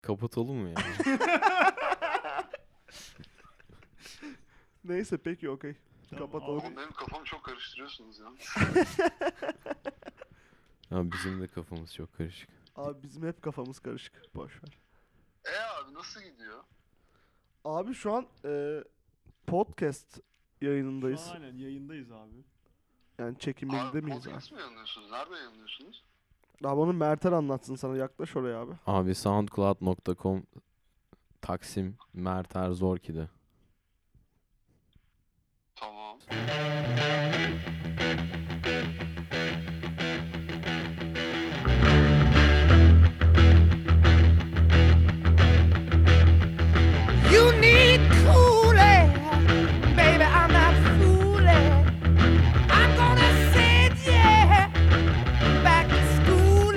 Kapatalım mı yani? Neyse peki okey. Tamam, Kapatalım. Ama benim kafamı çok karıştırıyorsunuz ya. Ya bizim de kafamız çok karışık. Abi bizim hep kafamız karışık. Boşver. Abi nasıl gidiyor? Abi şu an podcast yayınındayız. Şu an aynen yayındayız abi. Yani çekiminde Abi miyiz abi? podcast mı yayınlıyorsunuz? Nerede yayınlıyorsunuz? Abi onu Mert'er anlatsın sana. Yaklaş oraya abi. Abi soundcloud.com Taksim Mert Erzorki'de. Tamam. You need cooling, baby. I'm not fooling. I'm gonna send you back to school,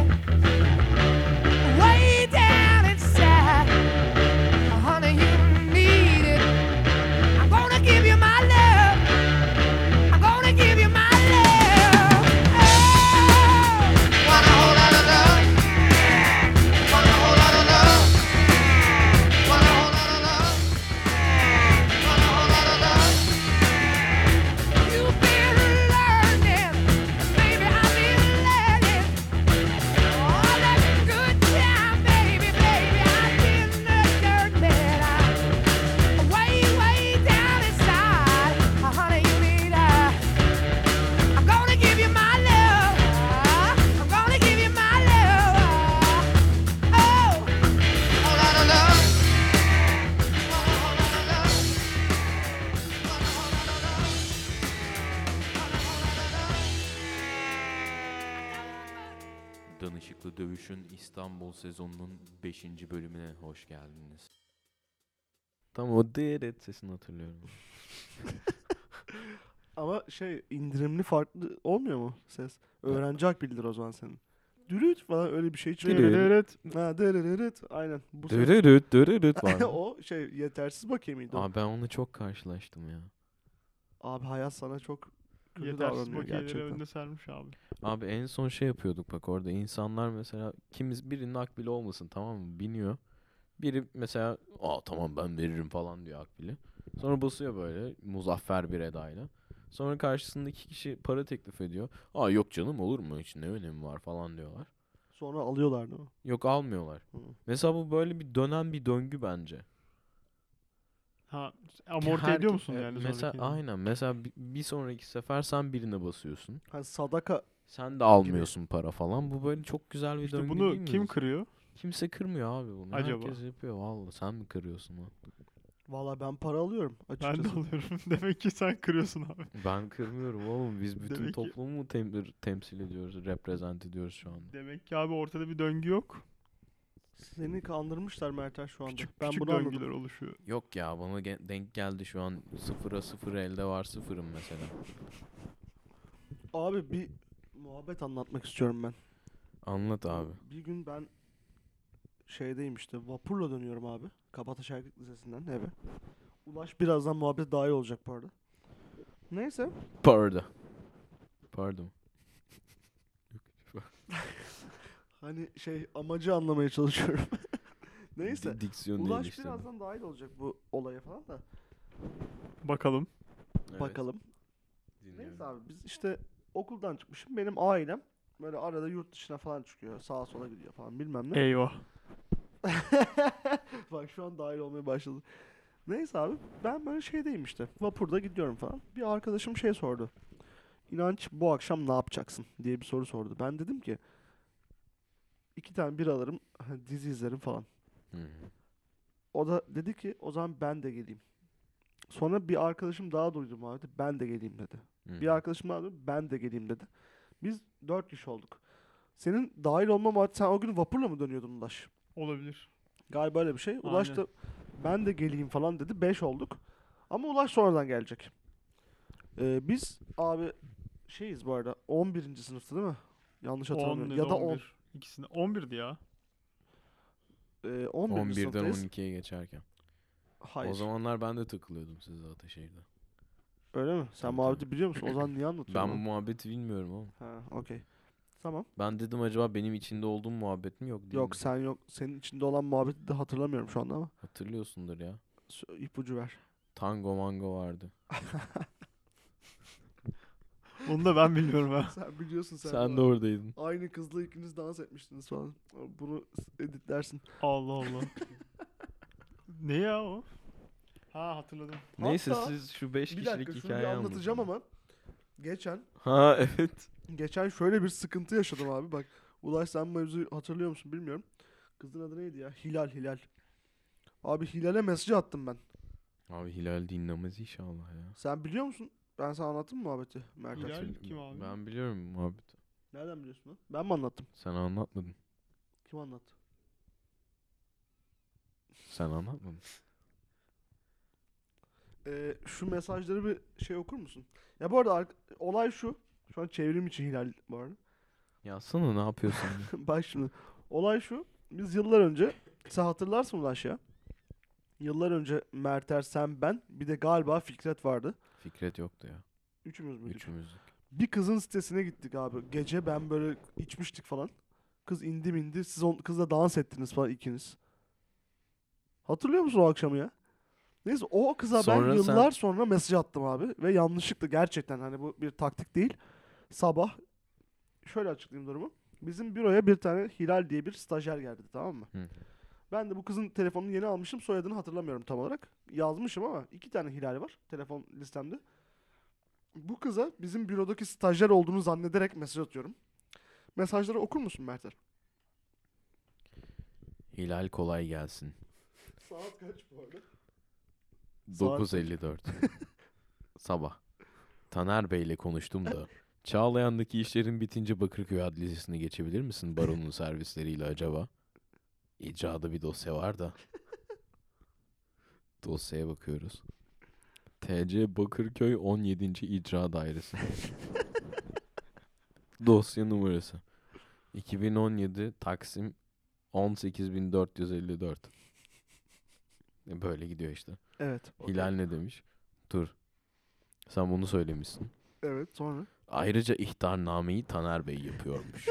way down inside. Honey, you need it. I'm gonna give you my love. I'm gonna give you my love. Oh, want a whole lot of love. Want a whole lot of love. Want a whole lot of love. Want a whole lot of love. You've been learning, baby. I've been learning. All that good time, baby, baby. I've been learning. I'm way down inside. Honey, you need I'm gonna give you my love. I'm gonna give you my love. Oh, whole lot of love. Want a whole lot of love. Want a whole lot of love. Want a whole lot of love. Danışıklı Dövüş'ün İstanbul sezonunun 5. bölümüne hoş geldiniz. Tam o deret sesini hatırlıyorum. Ama indirimli farklı olmuyor mu ses? Öğrenci hak bildir o zaman senin. Dürüt falan öyle bir şey çıkıyor. Dürüt. Evet. Ha dırırırıt. Aynen. Bu ses. Dırırıt var mı? O yetersiz bakayım mıydı? Abi ben onunla çok karşılaştım ya. Abi hayat sana çok kötü Yetersiz davranıyor bakiyeleri gerçekten. önüne sermiş abi. Abi en son şey yapıyorduk bak orada insanlar mesela birinin akbili olmasın tamam mı biniyor. Biri mesela tamam ben veririm falan diyor akbili. Sonra basıyor böyle muzaffer bir edayla. Sonra karşısındaki kişi para teklif ediyor. Yok canım olur mu hiç ne önemi var falan diyorlar. Sonra alıyorlar değil mi? Yok almıyorlar. Hı. Mesela bu böyle bir dönen bir döngü bence. Ha, amorti ediyor musun yani Mesela sonrakini? aynen mesela bir sonraki sefer sen birine basıyorsun. Hani sadaka Sen de almıyorsun para falan. Bu böyle çok güzel bir İşte döngü değil bunu mi? kim kırıyor? Kimse kırmıyor abi bunu. Acaba? Herkes yapıyor. Vallahi sen mi kırıyorsun lan? valla ben para alıyorum Ben açıkçası. de alıyorum. Demek ki sen kırıyorsun abi. Ben kırmıyorum oğlum. Biz bütün Demek ki- toplumu mu temsil ediyoruz, reprezent ediyoruz şu anda. Demek ki abi ortada bir döngü yok. Seni kandırmışlar Mert'er şu anda. Küçük ben küçük bunu döngüler anladım. oluşuyor. Yok ya bana denk geldi şu an 0'a 0 elde var sıfırım mesela. Abi bir muhabbet anlatmak istiyorum ben. Anlat abi. Bir gün ben şeydeyim işte vapurla dönüyorum abi. Kabataş Erkek Lisesi'nden eve. Ulaş birazdan muhabbet dahil olacak bu arada. Neyse. Pardon. Hani amacı anlamaya çalışıyorum. Neyse. Diksiyon Ulaş geliştirdim. birazdan dahil olacak bu olaya falan da. Bakalım. Evet, Bakalım. dinliyorum. Neyse abi biz işte okuldan çıkmışım. Benim ailem böyle arada yurt dışına falan çıkıyor. Sağa sola gidiyor falan bilmem ne. Eyvah. Bak şu an dahil olmaya başladı. Neyse abi ben böyle şeydeyim işte. Vapurda gidiyorum falan. Bir arkadaşım sordu. İnanç bu akşam ne yapacaksın diye bir soru sordu. Ben dedim ki 2 tane bira alırım dizi izlerim falan. Hı hı. O da dedi ki o zaman ben de geleyim. Sonra bir arkadaşım daha duydu muhabbeti ben de geleyim dedi. Hı Bir hı. arkadaşım daha duydu ben de geleyim dedi. Biz 4 kişi olduk. Senin dahil olma muhabbeti sen o gün vapurla mı dönüyordun Ulaş? Olabilir. Galiba öyle bir şey. Ulaş Aynen. da ben de geleyim falan dedi. 5 olduk. Ama Ulaş sonradan gelecek. Biz abi bu arada 11. sınıfta değil mi? Yanlış 10 hatırlamıyorum. ya Ya da 10. İkisinde 11'di ya. 11. 11'den sınıftayız. 12'ye geçerken. Hayır. O zamanlar ben de takılıyordum sizle Ataşehir'de. Öyle mi? Sen Tabii, muhabbeti biliyor musun? O zaman niye Ben anlatıyorsun? bu lan? muhabbeti bilmiyorum oğlum. Ha, okey. Tamam. Ben dedim acaba benim içinde olduğum muhabbet mi? Yok değil Yok mi? sen yok. Senin içinde olan muhabbeti de hatırlamıyorum şu anda ama. Hatırlıyorsundur ya. İpucu ver. Tango mango vardı. Onu da ben bilmiyorum ha. Sen biliyorsun sen. Sen de oradaydın. Aynı kızla ikiniz dans etmiştiniz falan. Bunu editlersin. Allah Allah. Ne ya o? Ha hatırladım. Neyse Hatta siz şu 5 Bir kişilik dakika şunu bir hikayeyi anlatacağım anlatın. ama. Geçen Ha evet. şöyle bir sıkıntı yaşadım abi bak. Ulaş sen mevzuyu hatırlıyor musun bilmiyorum. Kızın adı neydi ya? Hilal. Abi Hilal'e mesaj attım ben. Abi Hilal dinlemez inşallah ya. Sen biliyor musun? Ben sana anlattım mı muhabbeti Merkat? Hilal Hatırl- kim abi? Ben biliyorum muhabbeti. Nereden biliyorsun lan? Ben mi anlattım? Sen anlatmadın. Kim anlattı? Sen anlatmadın. Şu mesajları bir şey okur musun? Ya bu arada olay şu. Şu an çevrim içi Hilal bu arada. Yazsana ne yapıyorsun? ya? Bak şimdi. Olay şu. Biz yıllar önce sen hatırlarsın Ulaş ya. Yıllar önce Merter, sen, ben bir de galiba Fikret vardı. Fikret yoktu ya. Üçümüz müydük? Üçümüzdük. Bir kızın sitesine gittik abi. Gece ben böyle içmiştik falan. Kız indi. Siz kızla dans ettiniz falan ikiniz. Hatırlıyor musun o akşamı ya? Neyse o kıza ben Sonra yıllar sen- sonra mesaj attım abi. Ve yanlışlıkla gerçekten hani bu bir taktik değil. Sabah şöyle açıklayayım durumu. Bizim büroya bir tane Hilal diye bir stajyer geldi, tamam mı? Hı. Ben de bu kızın telefonunu yeni almışım. Soyadını hatırlamıyorum tam olarak. Yazmışım ama 2 tane Hilal var telefon listemde. Bu kıza bizim bürodaki stajyer olduğunu zannederek mesaj atıyorum. Mesajları okur musun Mertler? Hilal kolay gelsin. Saat kaç bu arada? 9.54. Sabah. Taner Bey'le konuştum da. Çağlayan'daki işlerin bitince Bakırköy Adliyesi'ne geçebilir misin baronun servisleriyle acaba? İcrada bir dosya var da. Dosyaya bakıyoruz. TC Bakırköy 17. İcra Dairesi. Dosya numarası. 2017 Taksim 18454. Böyle gidiyor işte. Evet. Hilal ne demiş? Dur. Sen bunu söylemişsin. Evet, sonra? Ayrıca ihtarnameyi Taner Bey yapıyormuş.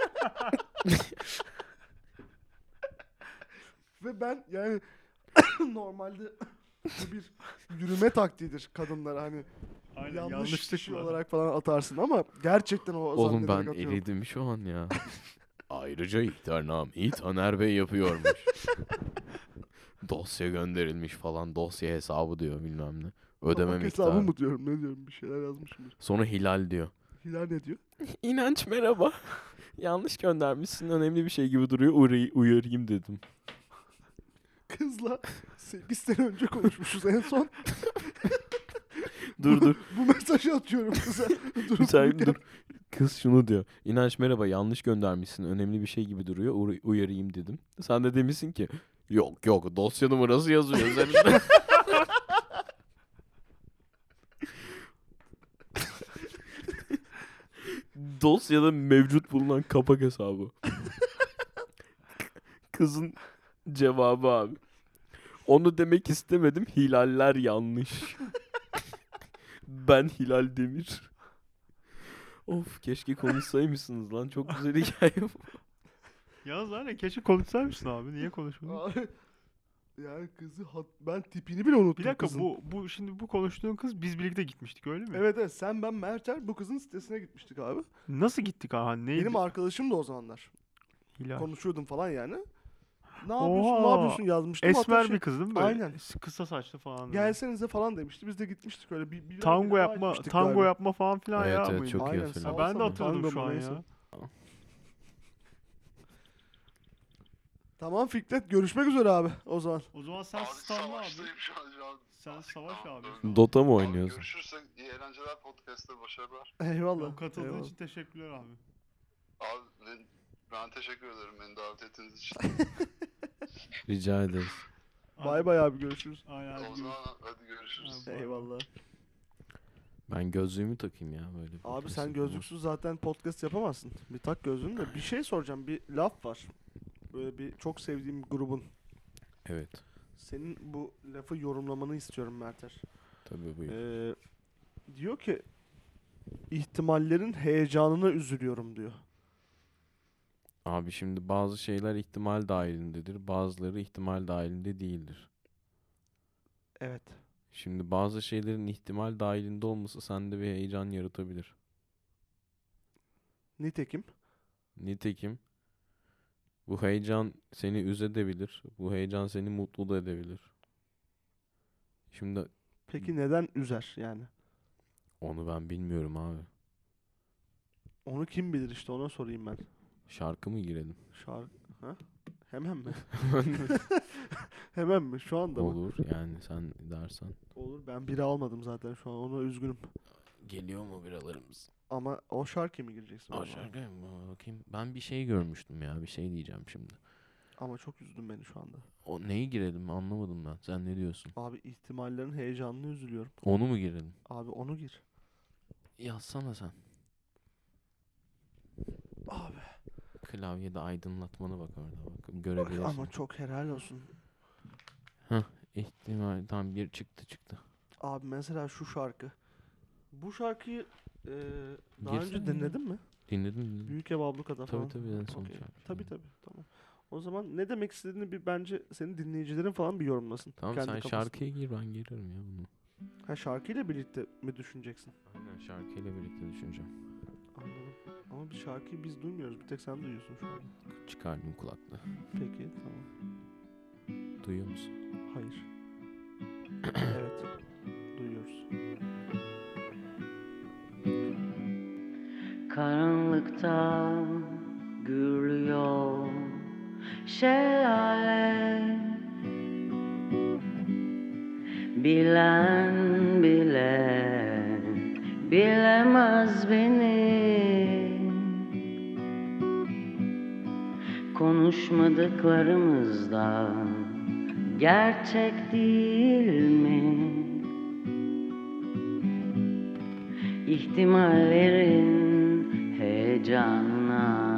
Ve ben yani normalde bu bir yürüme taktiğidir kadınlar hani Aynen yanlış yanlışlıkla. kişi olarak falan atarsın ama gerçekten o Oğlum ben zannederek atıyorum. eridim şu an ya. Ayrıca ihtarnameyi Taner Bey yapıyormuş. Dosya gönderilmiş falan. Dosya hesabı diyor bilmem ne. Ödeme Tabak miktarı. hesabı mı diyorum, ne diyorum, bir şeyler yazmışımdır. Sonra Hilal diyor. Hilal ne diyor? İnanç merhaba. Yanlış göndermişsin. Önemli bir şey gibi duruyor. Uyarayım dedim. Kızla 8 sene önce konuşmuşuz en son. Dur. Bu mesajı atıyorum kıza. Durup Sen dururken. dur. Kız şunu diyor. İnanç merhaba yanlış göndermişsin. Önemli bir şey gibi duruyor. Uyarayım dedim. Sen de demişsin ki yok dosya numarası yazıyor üzerinde. Dosyada mevcut bulunan kapak hesabı. Kızın cevabı abi. Onu demek istemedim. Hilaller yanlış. Ben Hilal Demir. Of keşke konuşsaymışsınız lan. Çok güzel hikaye bu. Yalnız hani keşke konuşsaymışsın abi. Niye konuşmadın? Abi, yani kızı ben tipini bile unuttum Bir dakika kızın. bu şimdi bu konuştuğun kız biz birlikte gitmiştik öyle mi? Evet sen ben Merter bu kızın sitesine gitmiştik abi. Nasıl gittik abi? Neydi? Benim arkadaşım da o zamanlar. Hilal. Konuşuyordum falan yani. Ne Oha! yapıyorsun yazmıştım. Hatta Esmer şey, bir kız değil mi böyle? Aynen. Kısa saçlı falan. Gelsenize falan demişti. Biz de gitmiştik öyle bir Tango bir yapma, gitmiştik tango galiba. yapma falan filan Evet, ya evet, mıydı? çok iyi Aynen, hatırlıyorum. Ha, ben de salsa mı, hatırladım tango şu mu an neyse. ya. Tamam Fikret, görüşmek üzere abi o zaman. O zaman sen Abi standla abi. savaştayım şu an. Sen savaş Tamam, abi. döndüm. Dota mı Abi oynuyorsun? görüşürsek iyi eğlenceler podcast'ta, başarılar. Eyvallah. Yok, katıldığın eyvallah. için teşekkürler abi. Abi ben teşekkür ederim beni davet ettiğiniz için. Rica ederiz. Bay bay abi, görüşürüz. Aynen. O zaman hadi görüşürüz. Abi. Eyvallah. Ben gözlüğümü takayım ya böyle. bir Abi podcast sen yapamam. gözlüksüz zaten podcast yapamazsın. Bir tak gözlüğünü de. Bir şey soracağım. Bir laf var. Böyle bir çok sevdiğim grubun. Evet. Senin bu lafı yorumlamanı istiyorum Merter. Tabii buyur. Diyor ki ihtimallerin heyecanına üzülüyorum diyor. Abi şimdi bazı şeyler ihtimal dahilindedir. Bazıları ihtimal dahilinde değildir. Evet. Şimdi bazı şeylerin ihtimal dahilinde olması sende bir heyecan yaratabilir. Nitekim. Nitekim bu heyecan seni üzedebilir. Bu heyecan seni mutlu da edebilir. Şimdi Peki neden üzer yani? onu ben bilmiyorum abi. Onu kim bilir işte, ona sorayım ben. Şarkı mı girelim? Ha? Hemen mi? Hemen mi? Şu anda mı? Olur yani sen dersen. Olur. Ben biri almadım zaten şu an. Ona üzgünüm. Geliyor mu biralarımız? Ama o şarkıya mı gireceksin? O bana? şarkı mı? Bakayım. Ben bir şey görmüştüm ya. Bir şey diyeceğim şimdi. Ama çok üzdün beni şu anda. O neyi girelim anlamadım ben. Sen ne diyorsun? Abi ihtimallerin heyecanını üzülüyorum. Onu mu girelim? Abi onu gir. Yazsana sen. Abi. Klavyede aydınlatmana bak orada. Bak Bak, görebilirsin. ama çok helal olsun. İhtimal tam bir çıktı. Abi mesela şu şarkı. Bu şarkıyı daha önce Girsene ya. dinledin mi? Dinledim. Büyük Ev Abluka'da falan. Tabii en son Okey. şarkı. Tabii tamam. O zaman ne demek istediğini bir bence senin dinleyicilerin falan bir yorumlasın. Tamam Kendi sen kafasında. şarkıya gir ben girerim ya bunu. Ha, şarkıyla birlikte mi düşüneceksin? Aynen şarkıyla birlikte düşüneceğim. Anladım. Ama bir şarkıyı biz duymuyoruz. Bir tek sen duyuyorsun şu an. Çıkardım kulaklığı. Peki tamam. Duyuyor musun? Hayır. Evet. Duyuyoruz. Karanlıkta gürlüyor şelale, bilen bile bilemez beni. Konuşmadıklarımızda gerçek değil mi? İhtimallerin heyecanına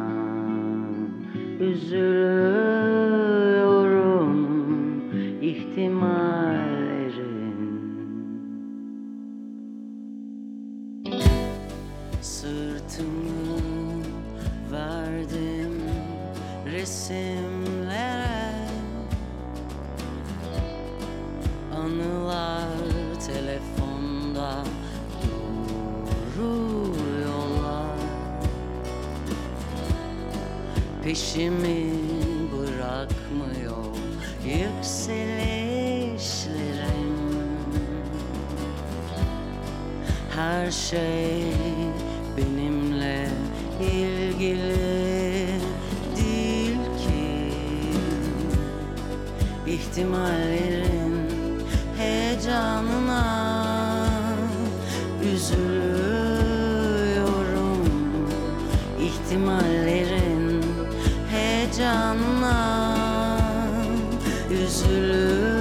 üzülüyorum. İhtimallerin sırtımı verdim resimlere, anılar telefonda duruyorlar. Peşimi bırakmıyor yükselişlerim. Her şey benimle ilgili değil ki. İhtimallerin heyecanına üzülüyorum. İhtimallerin heyecanına üzülüyorum.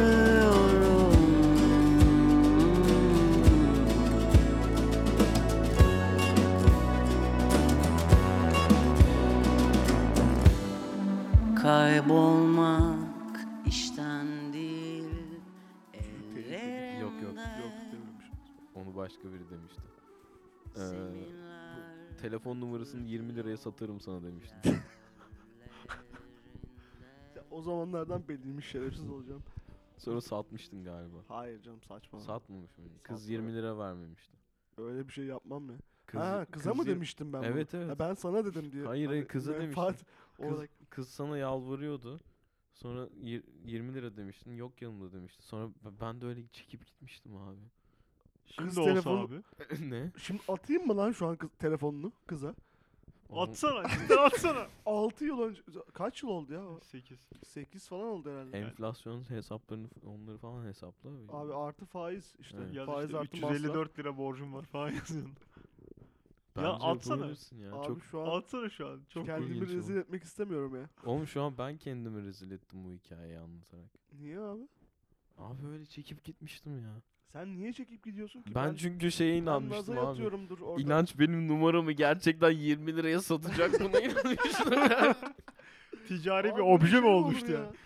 Kaybolmak işten değil ellerimde. Yok. Yok dememiş. Onu başka biri demişti. Seninler Telefon numarasını 20 liraya satarım sana demişti. Ya, o zamanlardan belliymiş şerefsiz olacağım. Sonra satmıştın galiba. Hayır canım, saçma. Satmamış mı? Kız Satmadı. 20 lira vermemişti. Öyle bir şey yapmam ya. Kız, Ha, kıza mı yir- demiştim ben bunu? Evet, evet. Ha, ben sana dedim diye. Hayır, hayır, kıza menfaat Kız, olarak. kız sana yalvarıyordu. Sonra 20 lira demiştin. Yok yanımda demişti. Sonra ben de öyle çekip gitmiştim abi. Şimdi Kız olsa telefonu- abi. Ne? Şimdi atayım mı lan şu an telefonunu kıza? Onu- Atsana. Cidden atsana. 6 yıl önce, kaç yıl oldu ya? 8. 8 falan oldu herhalde. Enflasyon hesaplarını onları falan hesapla. Abi artı faiz işte. Evet. Yaz Faiz işte artı masraf. 354 lira borcum var falan yazıyorsun. Bence atsana. yapabilirsin ya. Abi Çok... şu an Atsana şu an. Çok kendimi ilginç o. rezil etmek istemiyorum ya. Oğlum şu an ben kendimi rezil ettim bu hikayeyi anlatarak. Niye abi? Abi öyle çekip gitmiştim ya. Sen niye çekip gidiyorsun ki? Ben çünkü şeye ben inanmıştım naza abi. yatıyorumdur orada. İnanç benim numaramı gerçekten 20 liraya satacak buna inanmıştım ya. ticari Abi bir böyle obje şey mi olur olmuştu ya?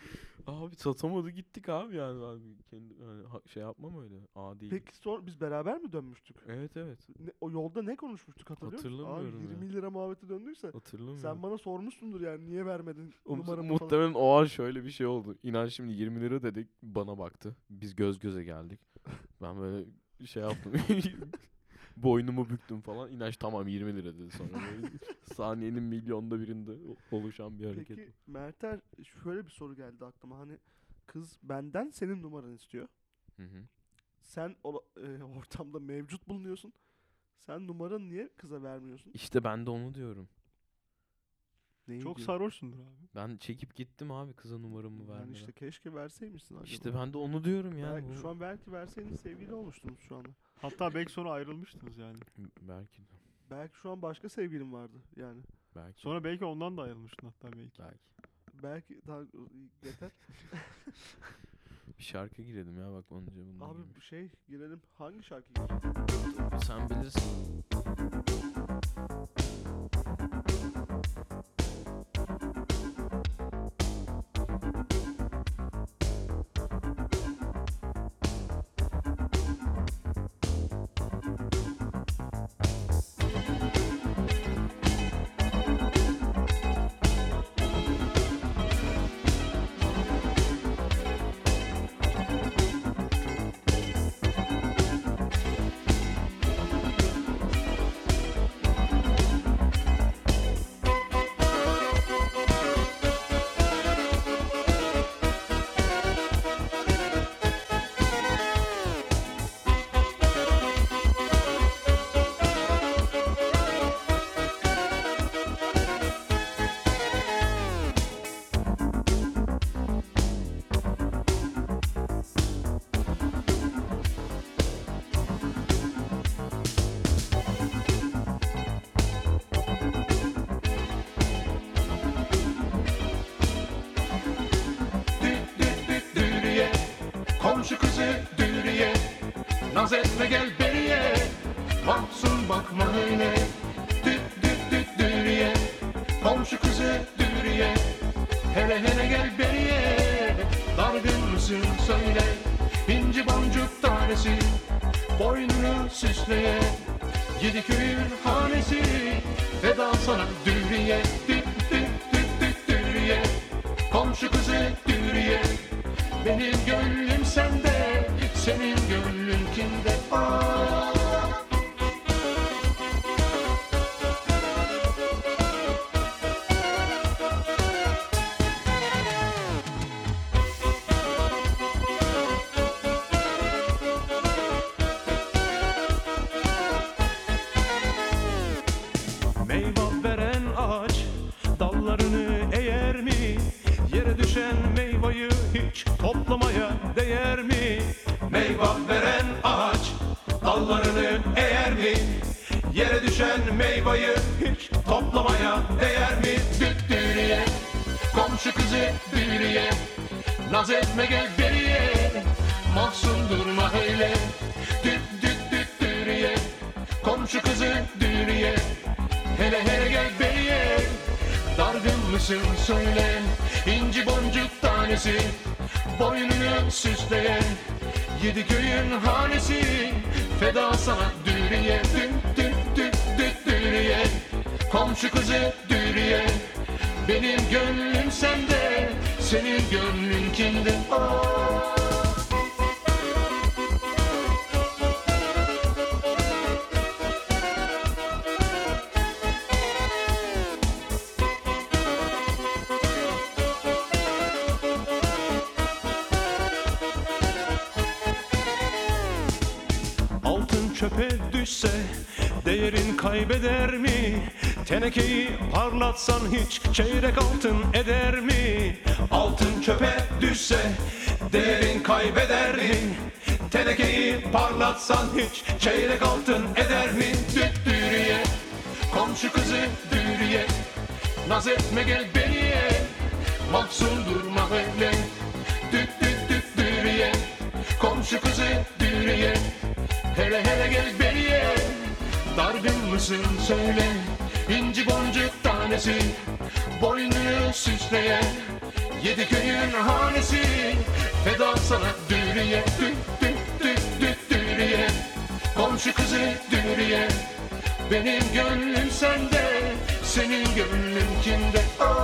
Abi satamadı gittik abi yani. Abi kendi yani şey yapmam öyle. Adi. Peki sonra biz beraber mi dönmüştük? Evet evet. O yolda ne konuşmuştuk hatırlıyor musun? Hatırlamıyorum Abi ya. 20 lira muhabbeti döndüyse Hatırlamıyorum. sen bana sormuşsundur yani niye vermedin Oğlum, numaramı falan. muhtemelen o an şöyle bir şey oldu. İnan şimdi 20 lira dedik, bana baktı. Biz göz göze geldik. Ben böyle şey yaptım. Boynumu büktüm falan. İnanç tamam 20 lira dedi sonra. Böyle saniyenin milyonda birinde oluşan bir hareket. Peki Merter, şöyle bir soru geldi aklıma. Hani kız benden senin numaranı istiyor. Hı hı. Sen ortamda mevcut bulunuyorsun. Sen numaranı niye kıza vermiyorsun? İşte ben de onu diyorum. Neyi Çok diyor? sarhoşsundur abi. Ben çekip gittim abi kıza numaramı Yani vermeden. işte keşke verseymişsin acaba. İşte ben de onu diyorum ya. Belki, şu an belki verseydin sevgili olmuştunuz şu anda. Hatta belki sonra ayrılmıştınız yani. Belki de. Belki şu an başka sevgilin vardı yani. Belki. Sonra belki ondan da ayrılmıştın hatta belki. Belki. Belki daha yeter. Bir şarkı girelim ya bak onca bundan Abi girmiş. girelim. Hangi şarkı girelim? Sen bilirsin. Dürüye, komşu kızı Dürüye, naz etme gel beriye, mahzun bakma öyle. Dürüye, komşu kızı Dürüye, hele hele gel beriye, dargın mısın söyle, inci boncuk tanesi, boynunu süsleye, yedi köyün hanesi, feda sana Dürüye, Dürüye, komşu kızı Dürüye, benim gönlüm sende, senin gönlün kimde? Aa! Meyve veren ağaç dallarını eğer mi? Yere düşen meyveyi hiç toplamaya değer mi? Meyve veren ağaç dallarını eğer mi? Yere düşen meyveyi hiç toplamaya değer mi? Dürüye, komşu kızı Dürüye, naz etme gel beriye, mahzun durma öyle. Dürüye, komşu kızı Dürüye, hele hele gel beriye, dargın mısın söyle, inci boncuk tanesi, boynunu süsleyen, yedi köyün hanesi, feda sana Dürüye, Dürüye, komşu kızı Dürüye, benim gönlüm sende, senin gönlün kimde? Aa! Altın çöpe düşse değerin kaybeder mi? Tenekeyi parlatsan hiç çeyrek altın eder mi? Altın çöpe düşse değerin kaybeder mi? Tenekeyi parlatsan hiç çeyrek altın eder mi? Dürüye, komşu kızı Dürüye, naz etme gel beriye, mahzun durma öyle. Dürüye, komşu kızı Dürüye, hele hele gel beriye, dargın mısın söyle, inci boncuk tanesi, boynunu süsleyen, Yedi köyün hanesi feda sana Dürüye, Dürüye. Komşu kızı Dürüye. Benim gönlüm sende, senin gönlün kimde?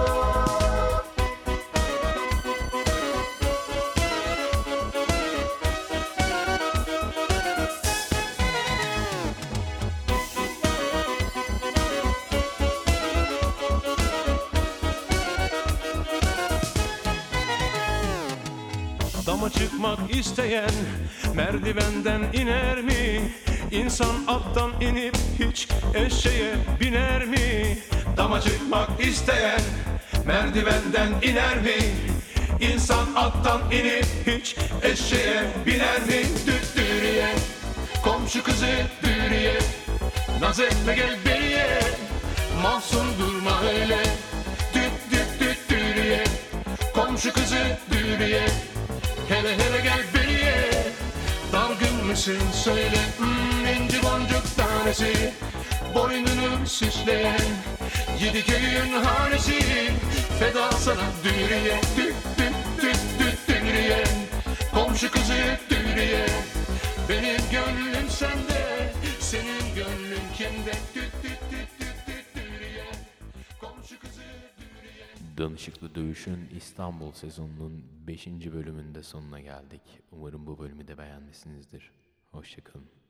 Dama çıkmak isteyen merdivenden iner mi? İnsan attan inip hiç eşeğe biner mi? Dama çıkmak isteyen merdivenden iner mi? İnsan attan inip hiç eşeğe biner mi? Dürüye, komşu kızı Dürüye. Naz etme gel beriye, mahzun durma öyle. Dürüye, komşu kızı Dürüye. Hele hele gel beriye, dargın mısın söyle. İnci boncuk tanesi, boynunu süsleyen yedi köyün hanesi feda sana Dürüye, Dürüye. Komşu kızı Dürüye. Benim gönlüm sende, senin gönlün kimde? Dürüye. Komşu kızı Dürüye. Danışıklı Dövüş'ün İstanbul sezonunun 5. bölümünde sonuna geldik. Umarım bu bölümü de beğenmişsinizdir. Hoşçakalın.